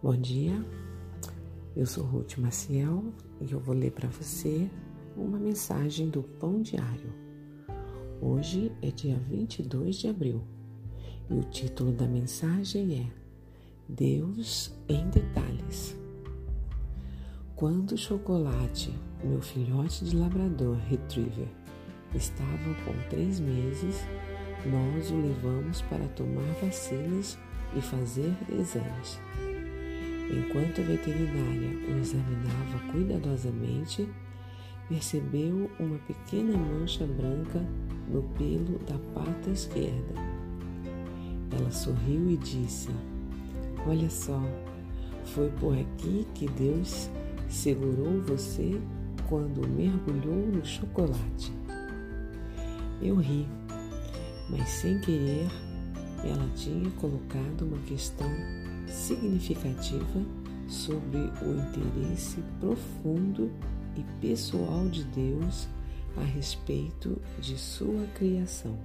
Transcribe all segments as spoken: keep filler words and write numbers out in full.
Bom dia, eu sou Ruth Maciel e eu vou ler para você uma mensagem do Pão Diário. Hoje é dia vinte e dois de abril e o título da mensagem é Deus em Detalhes. Quando Chocolate, meu filhote de labrador retriever, estava com três meses, nós o levamos para tomar vacinas e fazer exames. Enquanto a veterinária o examinava cuidadosamente, percebeu uma pequena mancha branca no pelo da pata esquerda. Ela sorriu e disse: "Olha só, foi por aqui que Deus segurou você quando mergulhou no chocolate." Eu ri, mas sem querer ela tinha colocado uma questão significativa sobre o interesse profundo e pessoal de Deus a respeito de sua criação.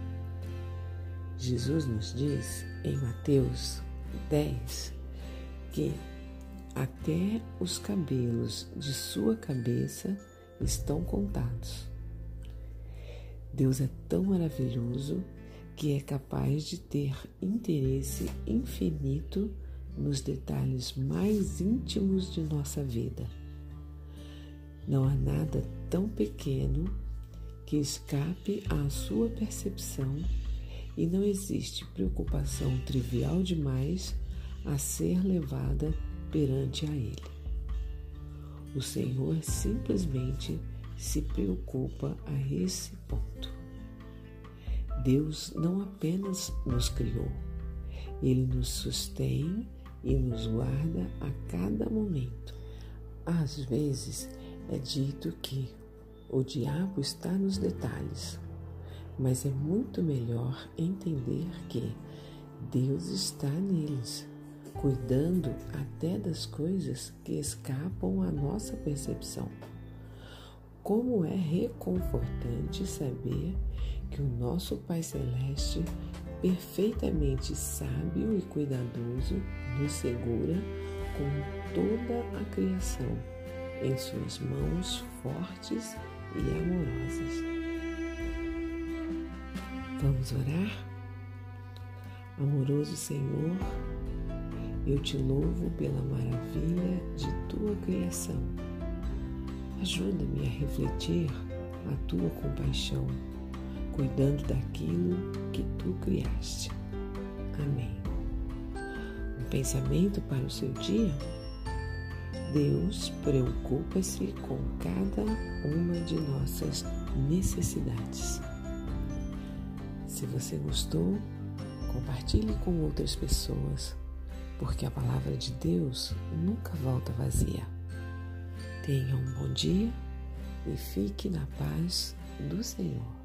Jesus nos diz em Mateus dez que até os cabelos de sua cabeça estão contados. Deus é tão maravilhoso que é capaz de ter interesse infinito nos detalhes mais íntimos de nossa vida. Não há nada tão pequeno que escape à sua percepção e não existe preocupação trivial demais a ser levada perante a Ele. O Senhor simplesmente se preocupa a esse ponto. Deus não apenas nos criou, Ele nos sustém e nos guarda a cada momento. Às vezes é dito que o diabo está nos detalhes, mas é muito melhor entender que Deus está neles, cuidando até das coisas que escapam à nossa percepção. Como é reconfortante saber que o nosso Pai Celeste, perfeitamente sábio e cuidadoso, nos segura com toda a criação em suas mãos fortes e amorosas. Vamos orar? Amoroso Senhor, eu te louvo pela maravilha de tua criação. Ajuda-me a refletir a tua compaixão, cuidando daquilo que tu criaste. Amém. Um pensamento para o seu dia? Deus preocupa-se com cada uma de nossas necessidades. Se você gostou, compartilhe com outras pessoas, porque a palavra de Deus nunca volta vazia. Tenha um bom dia e fique na paz do Senhor.